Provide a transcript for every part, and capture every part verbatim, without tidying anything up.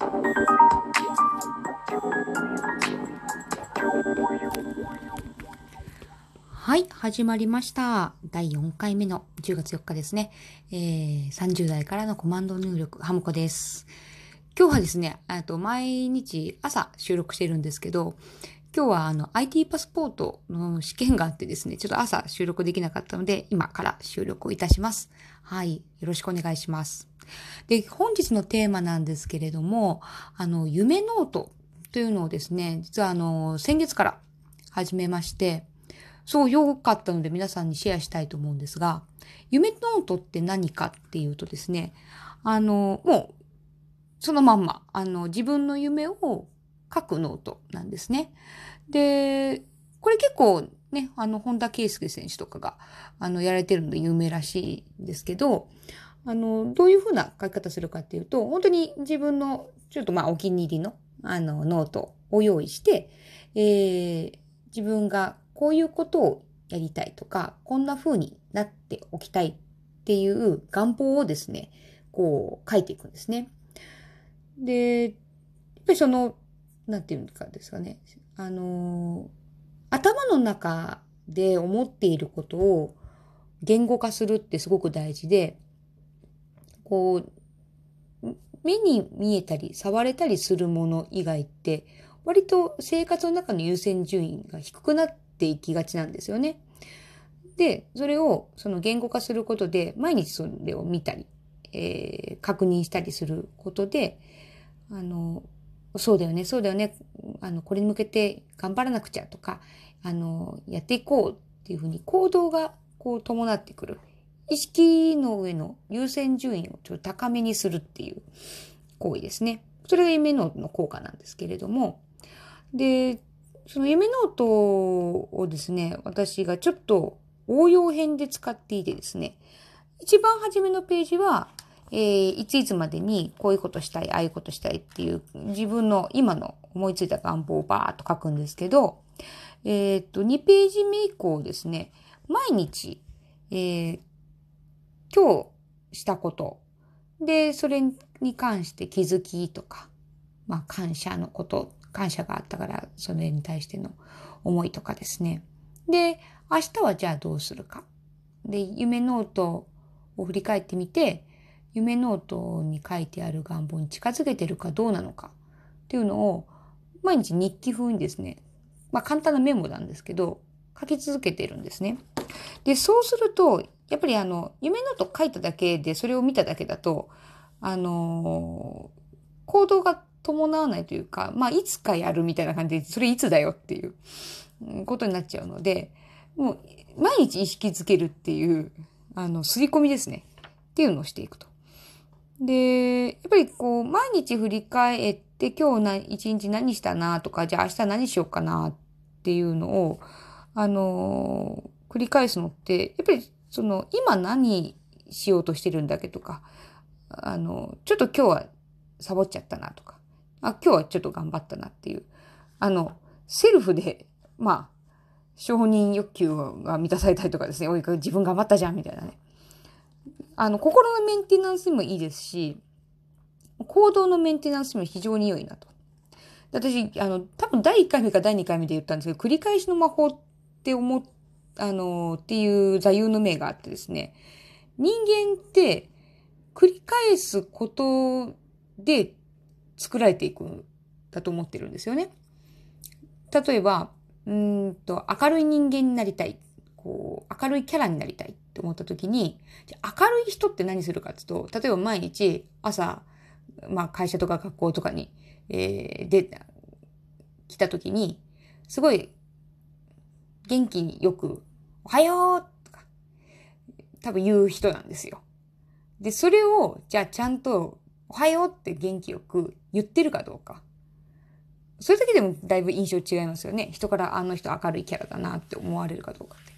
はい、始まりました。だいよんかいめのじゅうがつよっかですね。えー、さんじゅう代からのコマンド入力、ハムコです。今日はですね、あと毎日朝収録してるんですけど、今日はあの アイティー パスポートの試験があってですね、ちょっと朝収録できなかったので、今から収録をいたします。はい、よろしくお願いします。で、本日のテーマなんですけれども、あの、夢ノートというのをですね、実はあの、先月から始めまして、そう良かったので皆さんにシェアしたいと思うんですが、夢ノートって何かっていうとですね、あの、もう、そのまんま、あの、自分の夢を書くノートなんですね。で、これ結構ね、あの、本田圭佑選手とかが、あの、やられてるので有名らしいんですけど、あの、どういうふうな書き方するかっていうと、本当に自分の、ちょっとまあ、お気に入りの、あの、ノートを用意して、えー、自分がこういうことをやりたいとか、こんな風になっておきたいっていう願望をですね、こう書いていくんですね。で、やっぱりその、なんていうかですかね、あの、頭の中で思っていることを言語化するってすごく大事で、こう、目に見えたり触れたりするもの以外って、割と生活の中の優先順位が低くなっていきがちなんですよね。で、それをその言語化することで、毎日それを見たり、えー、確認したりすることで、あの、そうだよね、そうだよね、あの、これに向けて頑張らなくちゃとか、あの、やっていこうっていうふうに行動がこう伴ってくる。意識の上の優先順位をちょっと高めにするっていう行為ですね。それが夢ノートの効果なんですけれども、で、その夢ノートをですね、私がちょっと応用編で使っていてですね、一番初めのページは、えー、いついつまでにこういうことしたい、ああいうことしたいっていう自分の今の思いついた願望をバーっと書くんですけど、えっと、にページ目以降ですね、毎日、えー、今日したこと、で、それに関して気づきとか、まあ感謝のこと、感謝があったから、それに対しての思いとかですね。で、明日はじゃあどうするか。で、夢ノートを振り返ってみて、夢ノートに書いてある願望に近づけてるかどうなのかっていうのを、毎日日記風にですね、まあ簡単なメモなんですけど、書き続けてるんですね。で、そうすると、やっぱりあの、夢ノート書いただけで、それを見ただけだと、あのー行動が伴わないというか、まあ、いつかやるみたいな感じで、それいつだよっていうことになっちゃうので、もう、毎日意識づけるっていう、あの、刷り込みですね。っていうのをしていくと。で、やっぱりこう、毎日振り返って、今日な、一日何したなとか、じゃあ明日何しようかなっていうのを、あのー繰り返すのって、やっぱり、その、今何しようとしてるんだっけとか、あの、ちょっと今日はサボっちゃったなとか、あ、今日はちょっと頑張ったなっていう、あの、セルフで、まあ、承認欲求が満たされたりとかですね、おい、自分頑張ったじゃんみたいなね。あの、心のメンテナンスにもいいですし、行動のメンテナンスにも非常に良いなと。私、あの、多分だいいっかいめかだいにかいめで言ったんですけど、繰り返しの魔法って思っ、あの、っていう座右の銘があってですね、人間って繰り返すことで作られていくんだと思ってるんですよね。例えば、うーんと、明るい人間になりたい。こう、明るいキャラになりたいって思った時に、じゃ明るい人って何するかっていうと、例えば毎日朝、まあ会社とか学校とかに、えー、で、来た時に、すごい元気によく、おはようとか、多分言う人なんですよ。で、それを、じゃあちゃんと、おはようって元気よく言ってるかどうか。それだけでもだいぶ印象違いますよね。人からあの人明るいキャラだなって思われるかどうかって。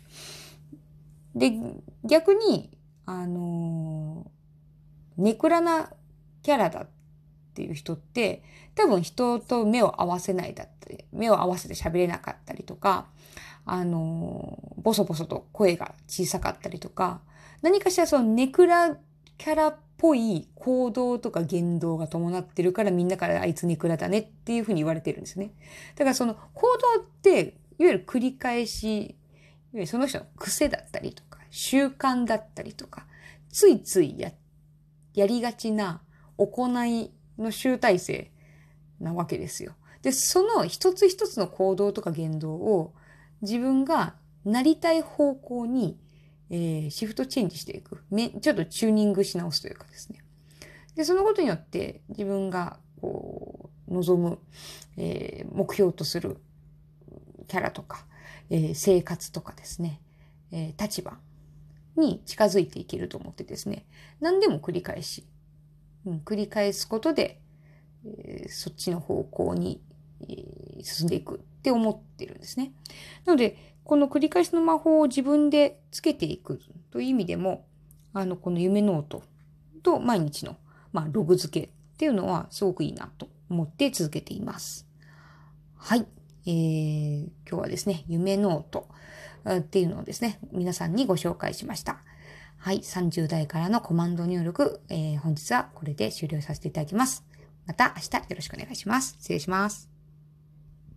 で、逆に、あのー、ネクラなキャラだっていう人って、多分人と目を合わせないだったり、目を合わせて喋れなかったりとか、あのー、ボソボソと声が小さかったりとか、何かしらそのネクラキャラっぽぽい行動とか言動が伴ってるからみんなからあいつネクラだねっていうふうに言われてるんですね。だからその行動って、いわゆる繰り返し、いわゆるその人の癖だったりとか、習慣だったりとか、ついついや、やりがちな行いの集大成なわけですよ。で、その一つ一つの行動とか言動を自分がなりたい方向に、えー、シフトチェンジしていく。ね、ちょっとチューニングし直すというかですね。で、そのことによって自分がこう望む、えー、目標とするキャラとか、えー、生活とかですね、えー、立場に近づいていけると思ってですね、何でも繰り返し、うん、繰り返すことで、えー、そっちの方向に、えー、進んでいくって思ってるんですね。なので、この繰り返しの魔法を自分でつけていくという意味でも、あの、この夢ノートと毎日の、まあ、ログ付けっていうのはすごくいいなと思って続けています。はい。えー、今日はですね、夢ノートっていうのをですね、皆さんにご紹介しました。はい。さんじゅう代からのコマンド入力、えー、本日はこれで終了させていただきます。また明日よろしくお願いします。失礼します。